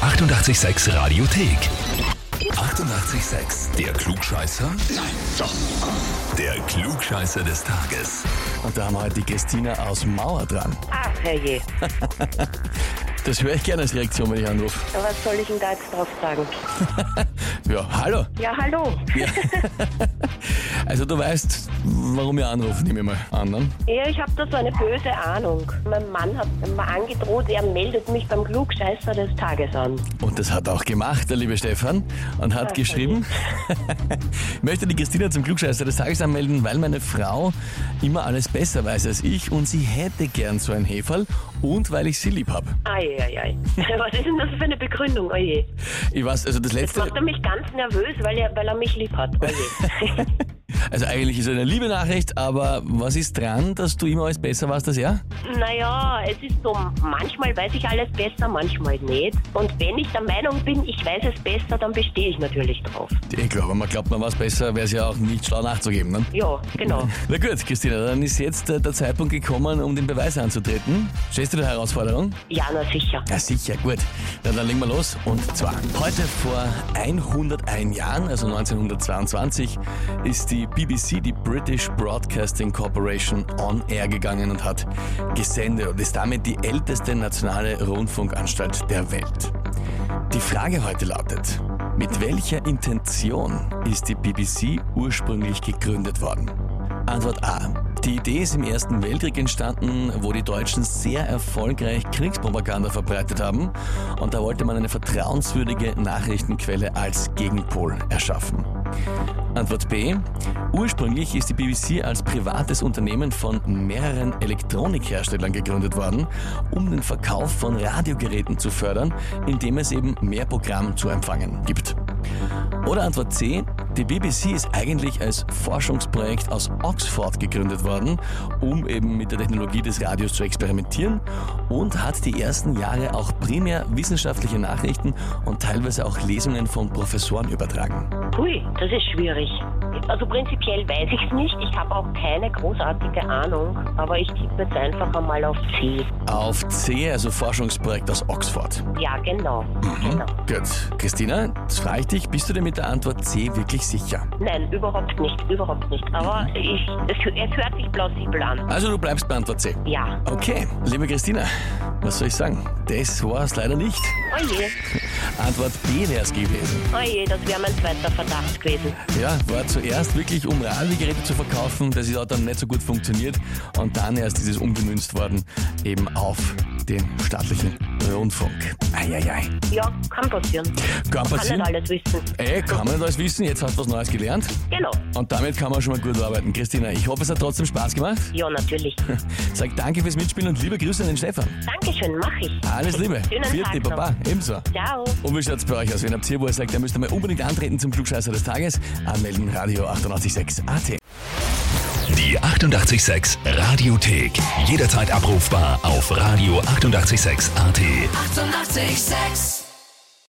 886 Radiothek. 88,6. Der Klugscheißer? Nein, doch. Der Klugscheißer des Tages. Und da haben wir heute die Christina aus Mauer dran. Ach, herrje. Das höre ich gerne als Reaktion, wenn ich anrufe. Was soll ich denn da jetzt drauf sagen? Ja, hallo. Ja, hallo. Ja. Also du weißt, warum ich anrufe, nehme ich mal an, ne? Ja, ich habe da so eine böse Ahnung. Mein Mann hat mir angedroht, er meldet mich beim Klugscheißer des Tages an. Und das hat auch gemacht, der liebe Stefan, und hat geschrieben, ich möchte die Christina zum Klugscheißer des Tages anmelden, weil meine Frau immer alles besser weiß als ich und sie hätte gern so ein Heferl und weil ich sie lieb habe. Eieiei. Was ist denn das für eine Begründung? Oje. Ich weiß, also das Jetzt letzte... macht er mich ganz nervös, weil er mich lieb hat. Oje. Also eigentlich ist es eine liebe Nachricht, aber was ist dran, dass du immer alles besser weißt als er? Naja, es ist so, manchmal weiß ich alles besser, manchmal nicht. Und wenn ich der Meinung bin, ich weiß es besser, dann bestehe ich natürlich drauf. Ich glaube, man glaubt, man weiß besser, wäre es ja auch nicht schlau nachzugeben, ne? Ja, genau. Na gut, Christina, dann ist jetzt der Zeitpunkt gekommen, um den Beweis anzutreten. Stellst du die Herausforderung? Ja, na sicher. Ja, sicher, gut. Dann legen wir los. Und zwar, heute vor 101 Jahren, also 1922, ist die BBC, die British Broadcasting Corporation, on air gegangen und hat gesendet und ist damit die älteste nationale Rundfunkanstalt der Welt. Die Frage heute lautet, mit welcher Intention ist die BBC ursprünglich gegründet worden? Antwort A. Die Idee ist im Ersten Weltkrieg entstanden, wo die Deutschen sehr erfolgreich Kriegspropaganda verbreitet haben und da wollte man eine vertrauenswürdige Nachrichtenquelle als Gegenpol erschaffen. Antwort B. Ursprünglich ist die BBC als privates Unternehmen von mehreren Elektronikherstellern gegründet worden, um den Verkauf von Radiogeräten zu fördern, indem es eben mehr Programm zu empfangen gibt. Oder Antwort C. Die BBC ist eigentlich als Forschungsprojekt aus Oxford gegründet worden, um eben mit der Technologie des Radios zu experimentieren und hat die ersten Jahre auch primär wissenschaftliche Nachrichten und teilweise auch Lesungen von Professoren übertragen. Hui, das ist schwierig. Also prinzipiell weiß ich es nicht. Ich habe auch keine großartige Ahnung, aber ich tippe jetzt einfach einmal auf C. Auf C, also Forschungsprojekt aus Oxford. Ja, genau. Genau. Gut. Christina, jetzt frage ich dich, bist du dir mit der Antwort C wirklich sicher? Nein, überhaupt nicht. Aber es hört sich plausibel an. Also du bleibst bei Antwort C. Ja. Okay, liebe Christina, was soll ich sagen? Das war es leider nicht. Oje, Antwort B wäre es gewesen. das wäre mein zweiter Verdacht gewesen. Ja, war zuerst wirklich, um Radiogeräte zu verkaufen, das hat dann nicht so gut funktioniert und dann erst ist es umgemünzt worden, eben auf den staatlichen Rundfunk. Eieiei. Ja, kann passieren. Kann passieren. Kann nicht alles wissen. Kann man nicht alles wissen, jetzt hast du was Neues gelernt Genau. und damit kann man schon mal gut arbeiten. Christina, ich hoffe, es hat trotzdem Spaß gemacht. Ja, natürlich. Sag danke fürs Mitspielen und liebe Grüße an den Stefan. Dankeschön, mach ich. Alles Liebe. Schönen Vierte, Tag noch. Baba. Ebenso. Ciao. Und wie schaut es bei euch aus? Wenn ihr habt hier, wo ihr sagt, ihr müsst einmal unbedingt antreten zum Klugscheißer des Tages, anmelden, Radio 88.6 AT. Die 88,6 Radiothek. Jederzeit abrufbar auf Radio 88,6 AT. 88,6.